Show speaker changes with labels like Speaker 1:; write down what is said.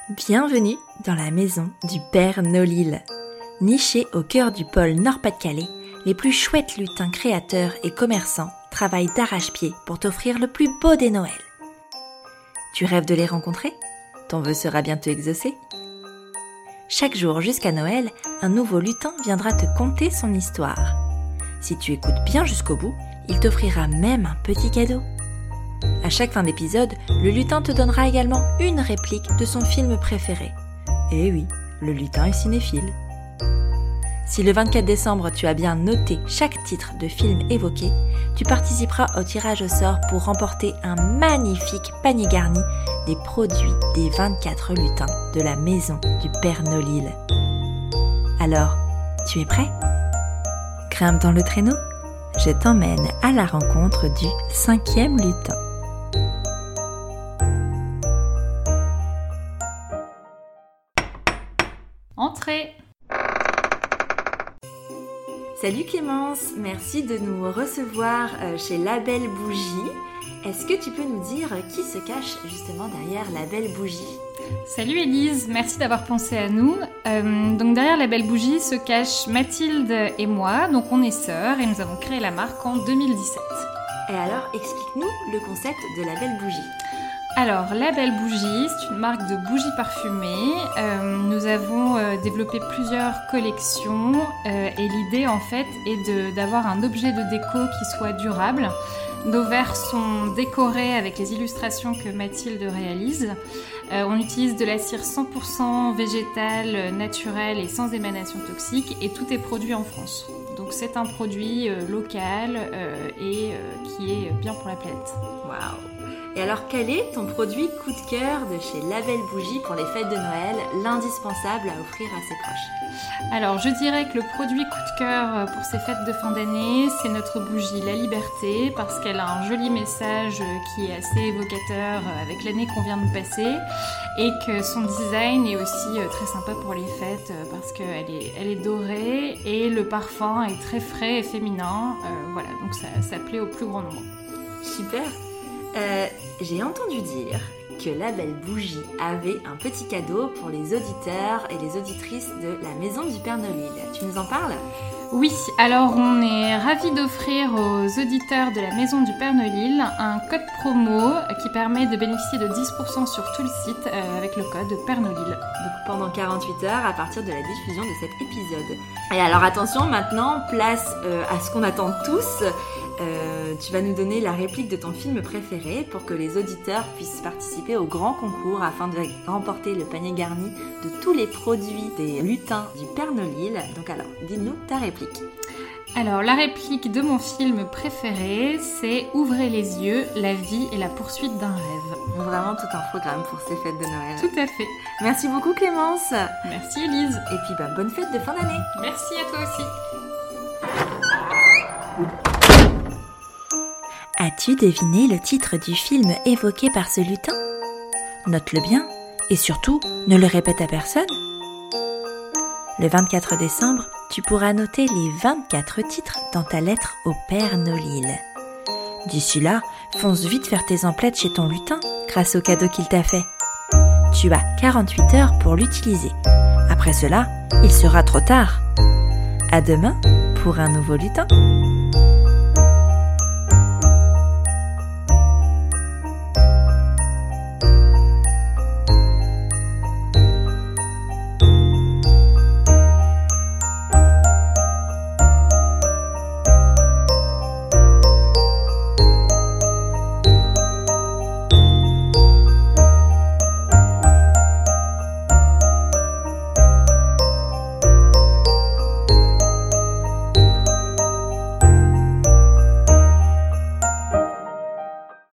Speaker 1: Bienvenue dans la maison du Père Nolil. Nichée au cœur du pôle Nord-Pas-de-Calais, les plus chouettes lutins créateurs et commerçants travaillent d'arrache-pied pour t'offrir le plus beau des Noëls. Tu rêves de les rencontrer ? Ton vœu sera bientôt exaucé. Chaque jour jusqu'à Noël, un nouveau lutin viendra te conter son histoire. Si tu écoutes bien jusqu'au bout, il t'offrira même un petit cadeau. À chaque fin d'épisode, le lutin te donnera également une réplique de son film préféré. Et oui, le lutin est cinéphile. Si le 24 décembre tu as bien noté chaque titre de film évoqué, tu participeras au tirage au sort pour remporter un magnifique panier garni des produits des 24 lutins de la maison du Père Nolil. Alors, tu es prêt ? Grimpe dans le traîneau ? Je t'emmène à la rencontre du 5e lutin.
Speaker 2: Entrez!
Speaker 1: Salut Clémence, merci de nous recevoir chez La Belle Bougie. Est-ce que tu peux nous dire qui se cache justement derrière La Belle Bougie ?
Speaker 2: Salut Élise, merci d'avoir pensé à nous. Donc derrière La Belle Bougie se cachent Mathilde et moi, donc on est sœurs et nous avons créé la marque en 2017.
Speaker 1: Et alors explique-nous le concept de La Belle Bougie.
Speaker 2: Alors, La Belle Bougie, c'est une marque de bougies parfumées. Nous avons développé plusieurs collections et l'idée, en fait, est d'avoir un objet de déco qui soit durable. Nos verres sont décorés avec les illustrations que Mathilde réalise. On utilise de la cire 100% végétale, naturelle et sans émanation toxique et tout est produit en France. Donc c'est un produit local et qui est bien pour la planète.
Speaker 1: Waouh! Et alors, quel est ton produit coup de cœur de chez La Belle Bougie pour les fêtes de Noël, l'indispensable à offrir à ses proches ?
Speaker 2: Alors, je dirais que le produit coup de cœur pour ces fêtes de fin d'année, c'est notre bougie La Liberté, parce qu'elle a un joli message qui est assez évocateur avec l'année qu'on vient de passer, et que son design est aussi très sympa pour les fêtes, parce qu'elle est dorée, et le parfum est très frais et féminin. Voilà, donc ça plaît au plus grand nombre.
Speaker 1: Super! J'ai entendu dire que La Belle Bougie avait un petit cadeau pour les auditeurs et les auditrices de la maison du Père Nolil. Tu nous en parles ?
Speaker 2: Oui, alors on est ravis d'offrir aux auditeurs de la maison du Père Nolil un code promo qui permet de bénéficier de 10% sur tout le site avec le code Père Nolil.
Speaker 1: Donc pendant 48 heures à partir de la diffusion de cet épisode. Et alors attention, maintenant, place à ce qu'on attend tous. Tu vas nous donner la réplique de ton film préféré pour que les auditeurs puissent participer au grand concours afin de remporter le panier garni de tous les produits des lutins du Père Nolil. Donc alors, dis-nous ta réplique.
Speaker 2: Alors, la réplique de mon film préféré, c'est « Ouvrez les yeux, la vie est la poursuite d'un rêve ».
Speaker 1: Vraiment tout un programme pour ces fêtes de Noël.
Speaker 2: Tout à fait.
Speaker 1: Merci beaucoup Clémence.
Speaker 2: Merci Élise.
Speaker 1: Et puis bonne fête de fin d'année.
Speaker 2: Merci à toi aussi.
Speaker 1: As-tu deviné le titre du film évoqué par ce lutin ? Note-le bien et surtout, ne le répète à personne. Le 24 décembre, tu pourras noter les 24 titres dans ta lettre au Père Nolil. D'ici là, fonce vite faire tes emplettes chez ton lutin grâce au cadeau qu'il t'a fait. Tu as 48 heures pour l'utiliser. Après cela, il sera trop tard. À demain pour un nouveau lutin.